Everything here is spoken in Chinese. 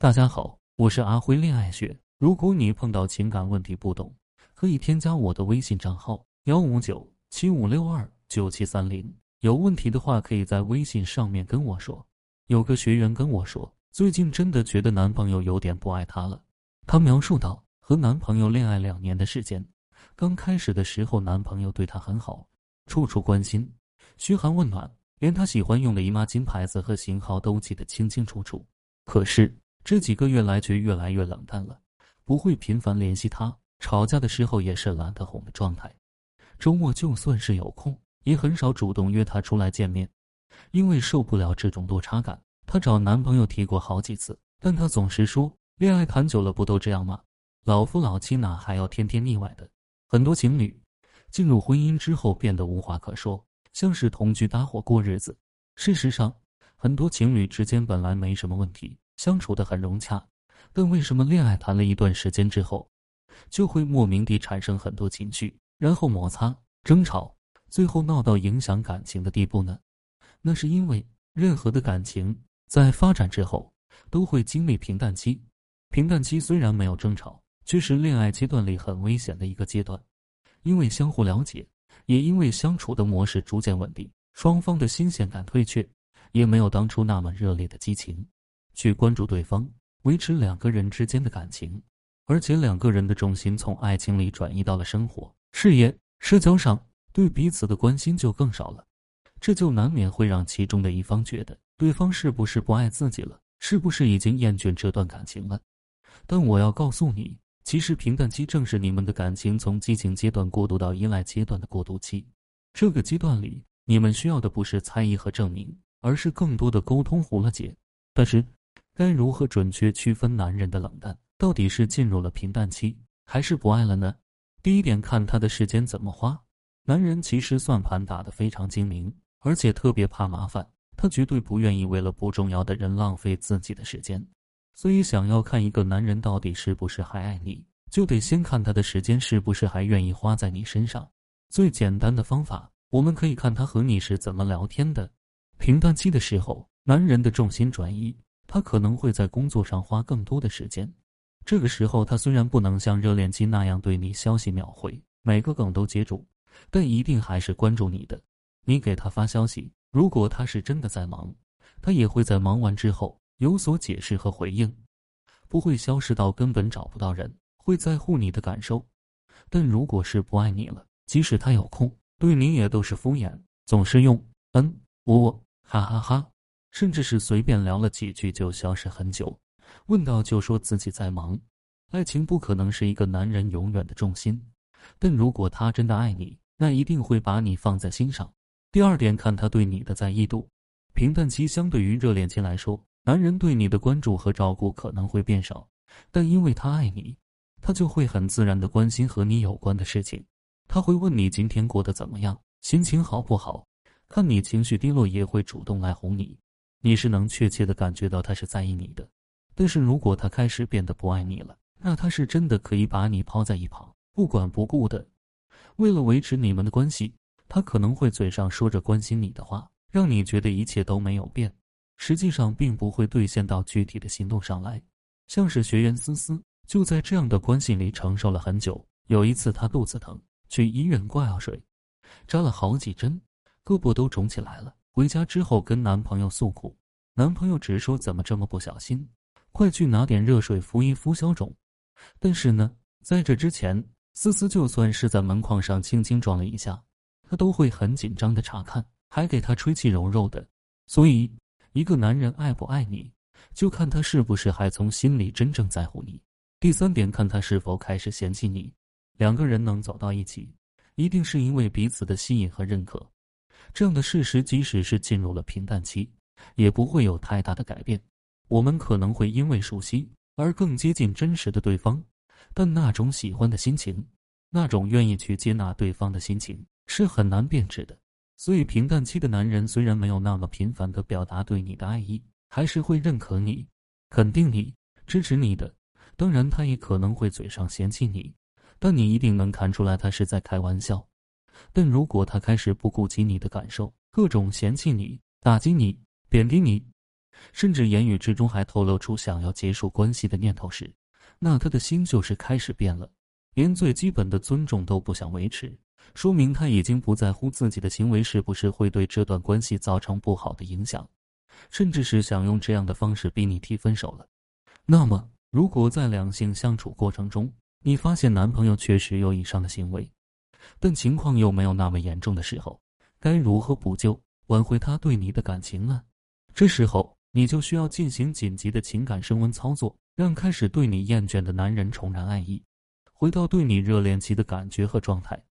大家好，我是阿辉恋爱学。如果你碰到情感问题不懂，可以添加我的微信账号15975629730。有问题的话，可以在微信上面跟我说。有个学员跟我说，最近真的觉得男朋友有点不爱她了。她描述到，和男朋友恋爱2年的时间，刚开始的时候，男朋友对她很好，处处关心，嘘寒问暖，连她喜欢用的姨妈巾牌子和型号都记得清清楚楚。可是这几个月来却越来越冷淡了，不会频繁联系他，吵架的时候也是懒得哄的状态。周末就算是有空，也很少主动约他出来见面。因为受不了这种落差感，她找男朋友提过好几次，但他总是说，恋爱谈久了不都这样吗？老夫老妻哪还要天天腻歪的？很多情侣进入婚姻之后变得无话可说，像是同居搭伙过日子。事实上，很多情侣之间本来没什么问题，相处得很融洽，但为什么恋爱谈了一段时间之后，就会莫名地产生很多情绪，然后摩擦、争吵，最后闹到影响感情的地步呢？那是因为任何的感情在发展之后都会经历平淡期。平淡期虽然没有争吵，却是恋爱阶段里很危险的一个阶段。因为相互了解，也因为相处的模式逐渐稳定，双方的新鲜感退却，也没有当初那么热烈的激情去关注对方，维持2个人之间的感情。而且2个人的重心从爱情里转移到了生活、事业、社交上，对彼此的关心就更少了。这就难免会让其中的一方觉得对方是不是不爱自己了，是不是已经厌倦这段感情了。但我要告诉你，其实平淡期正是你们的感情从激情阶段过渡到依赖阶段的过渡期。这个阶段里，你们需要的不是猜疑和证明，而是更多的沟通和解。但是该如何准确区分男人的冷淡到底是进入了平淡期还是不爱了呢？第一点，看他的时间怎么花。男人其实算盘打得非常精明，而且特别怕麻烦，他绝对不愿意为了不重要的人浪费自己的时间。所以想要看一个男人到底是不是还爱你，就得先看他的时间是不是还愿意花在你身上。最简单的方法，我们可以看他和你是怎么聊天的。平淡期的时候，男人的重心转移，他可能会在工作上花更多的时间。这个时候他虽然不能像热恋期那样对你消息秒回，每个梗都接住，但一定还是关注你的。你给他发消息，如果他是真的在忙，他也会在忙完之后有所解释和回应，不会消失到根本找不到人，会在乎你的感受。但如果是不爱你了，即使他有空，对你也都是敷衍，总是用我哈哈哈，甚至是随便聊了几句就消失很久，问到就说自己在忙。爱情不可能是一个男人永远的重心，但如果他真的爱你，那一定会把你放在心上。第二点，看他对你的在意度。平淡期相对于热恋期来说，男人对你的关注和照顾可能会变少，但因为他爱你，他就会很自然地关心和你有关的事情。他会问你今天过得怎么样，心情好不好，看你情绪低落也会主动来哄你。你是能确切地感觉到他是在意你的。但是如果他开始变得不爱你了，那他是真的可以把你抛在一旁，不管不顾的。为了维持你们的关系，他可能会嘴上说着关心你的话，让你觉得一切都没有变，实际上并不会兑现到具体的行动上来。像是学员思思就在这样的关系里承受了很久。有一次她肚子疼，去医院挂药水，扎了好几针，胳膊都肿起来了。回家之后跟男朋友诉苦，男朋友只说怎么这么不小心，快去拿点热水敷一敷消肿。但是呢，在这之前，思思就算是在门框上轻轻撞了一下，他都会很紧张的查看，还给他吹气柔柔的。所以一个男人爱不爱你，就看他是不是还从心里真正在乎你。第三点，看他是否开始嫌弃你。2个人能走到一起，一定是因为彼此的吸引和认可。这样的事实即使是进入了平淡期，也不会有太大的改变。我们可能会因为熟悉而更接近真实的对方，但那种喜欢的心情，那种愿意去接纳对方的心情，是很难变质的。所以平淡期的男人虽然没有那么频繁地表达对你的爱意，还是会认可你、肯定你、支持你的。当然他也可能会嘴上嫌弃你，但你一定能看出来他是在开玩笑。但如果他开始不顾及你的感受，各种嫌弃你、打击你、贬低你， 甚至言语之中还透露出想要结束关系的念头时，那他的心就是开始变了，连最基本的尊重都不想维持，说明他已经不在乎自己的行为是不是会对这段关系造成不好的影响，甚至是想用这样的方式逼你提分手了。那么，如果在两性相处过程中，你发现男朋友确实有以上的行为，但情况又没有那么严重的时候，该如何补救，挽回他对你的感情呢？这时候，你就需要进行紧急的情感升温操作，让开始对你厌倦的男人重燃爱意，回到对你热恋期的感觉和状态。